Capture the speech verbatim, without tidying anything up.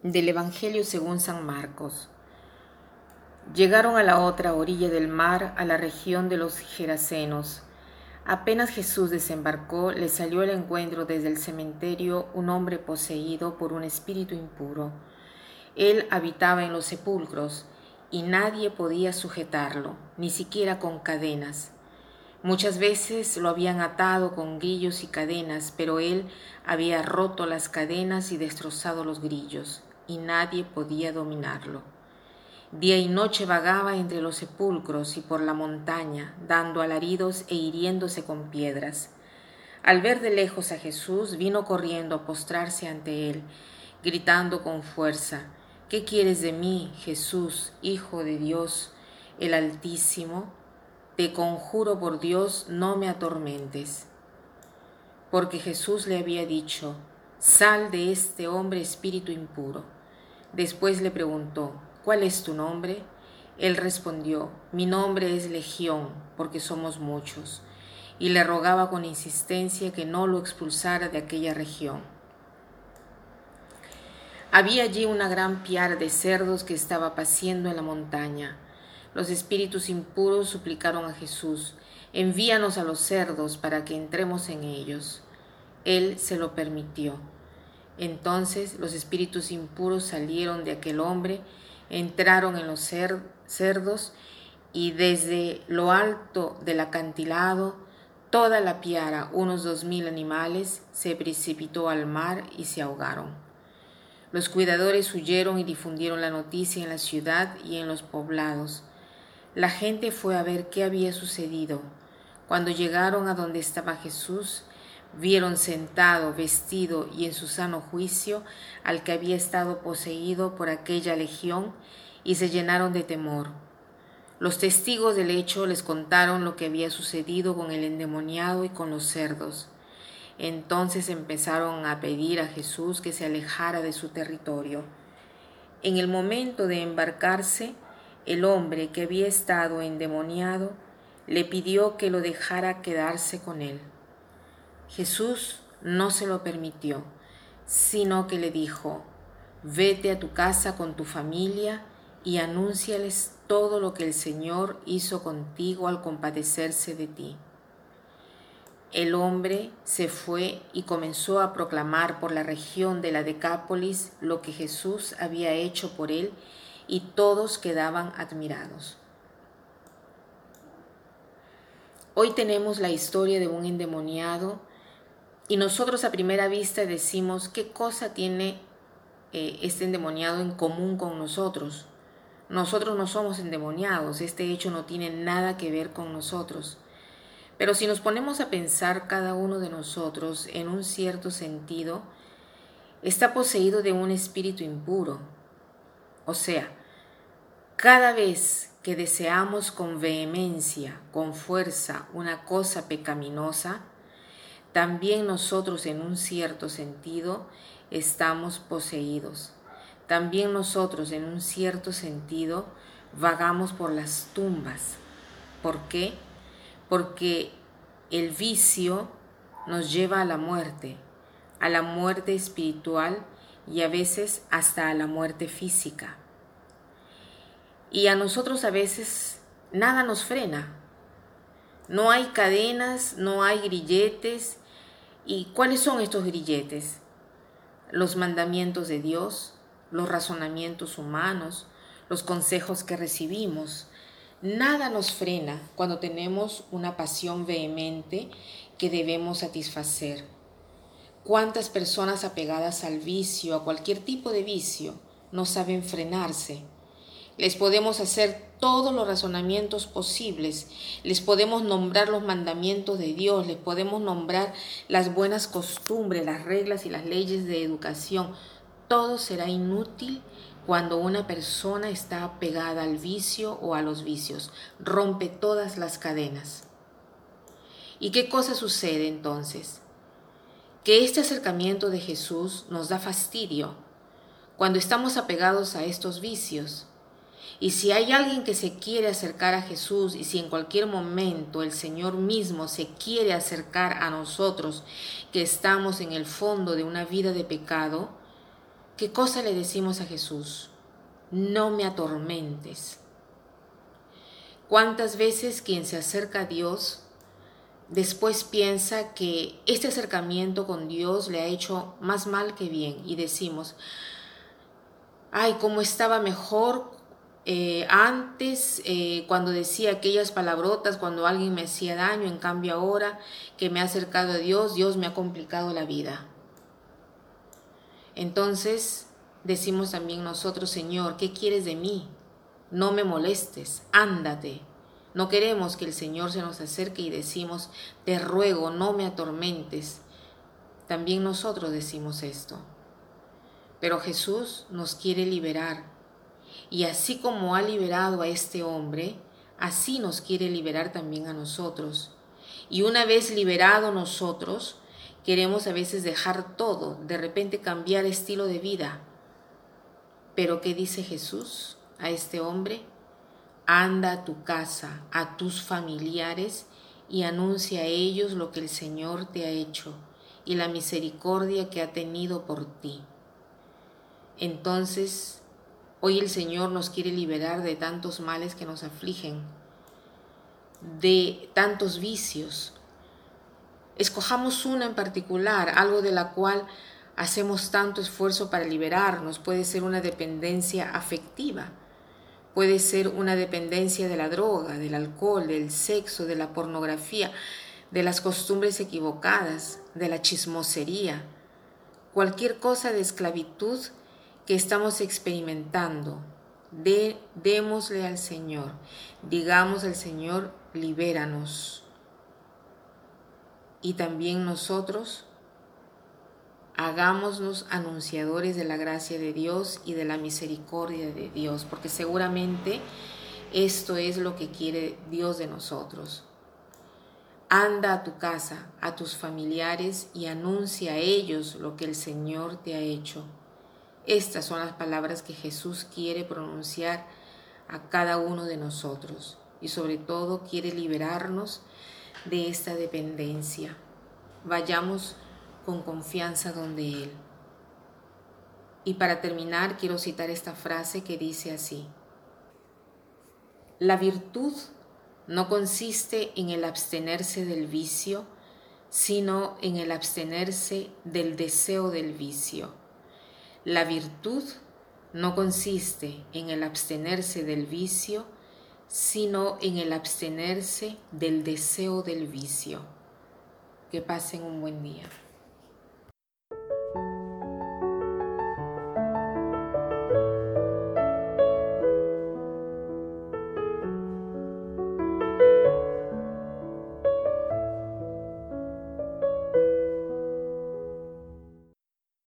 Del Evangelio según San Marcos. Llegaron a la otra orilla del mar, a la región de los Gerasenos. Apenas Jesús desembarcó, le salió al encuentro desde el cementerio un hombre poseído por un espíritu impuro. Él habitaba en los sepulcros, y nadie podía sujetarlo, ni siquiera con cadenas. Muchas veces lo habían atado con grillos y cadenas, pero él había roto las cadenas y destrozado los grillos, y nadie podía dominarlo. Día y noche vagaba entre los sepulcros y por la montaña, dando alaridos e hiriéndose con piedras. Al ver de lejos a Jesús, vino corriendo a postrarse ante él, gritando con fuerza: ¿Qué quieres de mí, Jesús, Hijo de Dios, el Altísimo? Te conjuro por Dios, no me atormentes. Porque Jesús le había dicho: Sal de este hombre espíritu impuro. Después le preguntó: ¿Cuál es tu nombre? Él respondió: Mi nombre es Legión, porque somos muchos. Y le rogaba con insistencia que no lo expulsara de aquella región. Había allí una gran piara de cerdos que estaba paciendo en la montaña. Los espíritus impuros suplicaron a Jesús: Envíanos a los cerdos para que entremos en ellos. Él se lo permitió. Entonces los espíritus impuros salieron de aquel hombre, entraron en los cerdos, y desde lo alto del acantilado, toda la piara, unos dos mil animales, se precipitó al mar y se ahogaron. Los cuidadores huyeron y difundieron la noticia en la ciudad y en los poblados. La gente fue a ver qué había sucedido. Cuando llegaron a donde estaba Jesús, vieron sentado, vestido y en su sano juicio al que había estado poseído por aquella legión, y se llenaron de temor. Los testigos del hecho les contaron lo que había sucedido con el endemoniado y con los cerdos. Entonces empezaron a pedir a Jesús que se alejara de su territorio. En el momento de embarcarse, el hombre que había estado endemoniado le pidió que lo dejara quedarse con él. Jesús no se lo permitió, sino que le dijo: Vete a tu casa con tu familia y anúnciales todo lo que el Señor hizo contigo al compadecerse de ti. El hombre se fue y comenzó a proclamar por la región de la Decápolis lo que Jesús había hecho por él, y todos quedaban admirados. Hoy tenemos la historia de un endemoniado, y nosotros a primera vista decimos: ¿qué cosa tiene eh, este endemoniado en común con nosotros? Nosotros no somos endemoniados, este hecho no tiene nada que ver con nosotros. Pero si nos ponemos a pensar, cada uno de nosotros, en un cierto sentido, está poseído de un espíritu impuro. O sea, cada vez que deseamos con vehemencia, con fuerza, una cosa pecaminosa, también nosotros en un cierto sentido estamos poseídos. También nosotros en un cierto sentido vagamos por las tumbas. ¿Por qué? Porque el vicio nos lleva a la muerte, a la muerte espiritual y a veces hasta a la muerte física. Y a nosotros a veces nada nos frena. No hay cadenas, no hay grilletes. ¿Y cuáles son estos grilletes? Los mandamientos de Dios, los razonamientos humanos, los consejos que recibimos. Nada nos frena cuando tenemos una pasión vehemente que debemos satisfacer. ¿Cuántas personas apegadas al vicio, a cualquier tipo de vicio, no saben frenarse? Les podemos hacer todos los razonamientos posibles, les podemos nombrar los mandamientos de Dios, les podemos nombrar las buenas costumbres, las reglas y las leyes de educación. Todo será inútil cuando una persona está apegada al vicio o a los vicios. Rompe todas las cadenas. ¿Y qué cosa sucede entonces? Que este acercamiento de Jesús nos da fastidio cuando estamos apegados a estos vicios. Y si hay alguien que se quiere acercar a Jesús, y si en cualquier momento el Señor mismo se quiere acercar a nosotros que estamos en el fondo de una vida de pecado, ¿Qué cosa le decimos a Jesús? No me atormentes. ¿Cuántas veces quien se acerca a Dios después piensa que este acercamiento con Dios le ha hecho más mal que bien? Y decimos, ay, cómo estaba mejor eh, antes, eh, cuando decía aquellas palabrotas, cuando alguien me hacía daño, en cambio ahora que me ha acercado a Dios, Dios me ha complicado la vida. Entonces decimos también nosotros, Señor, ¿qué quieres de mí? No me molestes, ándate. No queremos que el Señor se nos acerque y decimos, te ruego, no me atormentes. También nosotros decimos esto. Pero Jesús nos quiere liberar. Y así como ha liberado a este hombre, así nos quiere liberar también a nosotros. Y una vez liberado nosotros, queremos a veces dejar todo, de repente cambiar estilo de vida. Pero ¿qué dice Jesús a este hombre? Anda a tu casa, a tus familiares y anuncia a ellos lo que el Señor te ha hecho y la misericordia que ha tenido por ti. Entonces, hoy el Señor nos quiere liberar de tantos males que nos afligen, de tantos vicios. Escojamos una en particular, algo de la cual hacemos tanto esfuerzo para liberarnos. Puede ser una dependencia afectiva, puede ser una dependencia de la droga, del alcohol, del sexo, de la pornografía, de las costumbres equivocadas, de la chismosería, cualquier cosa de esclavitud que estamos experimentando. De, démosle al Señor, digamos al Señor, libéranos. Y también nosotros hagámonos anunciadores de la gracia de Dios y de la misericordia de Dios, porque seguramente esto es lo que quiere Dios de nosotros. Anda a tu casa, a tus familiares y anuncia a ellos lo que el Señor te ha hecho. Estas son las palabras que Jesús quiere pronunciar a cada uno de nosotros y sobre todo quiere liberarnos de esta dependencia. Vayamos con confianza donde Él. Y para terminar quiero citar esta frase que dice así: la virtud no consiste en el abstenerse del vicio, sino en el abstenerse del deseo del vicio. La virtud no consiste en el abstenerse del vicio, sino en el abstenerse del deseo del vicio. Que pasen un buen día.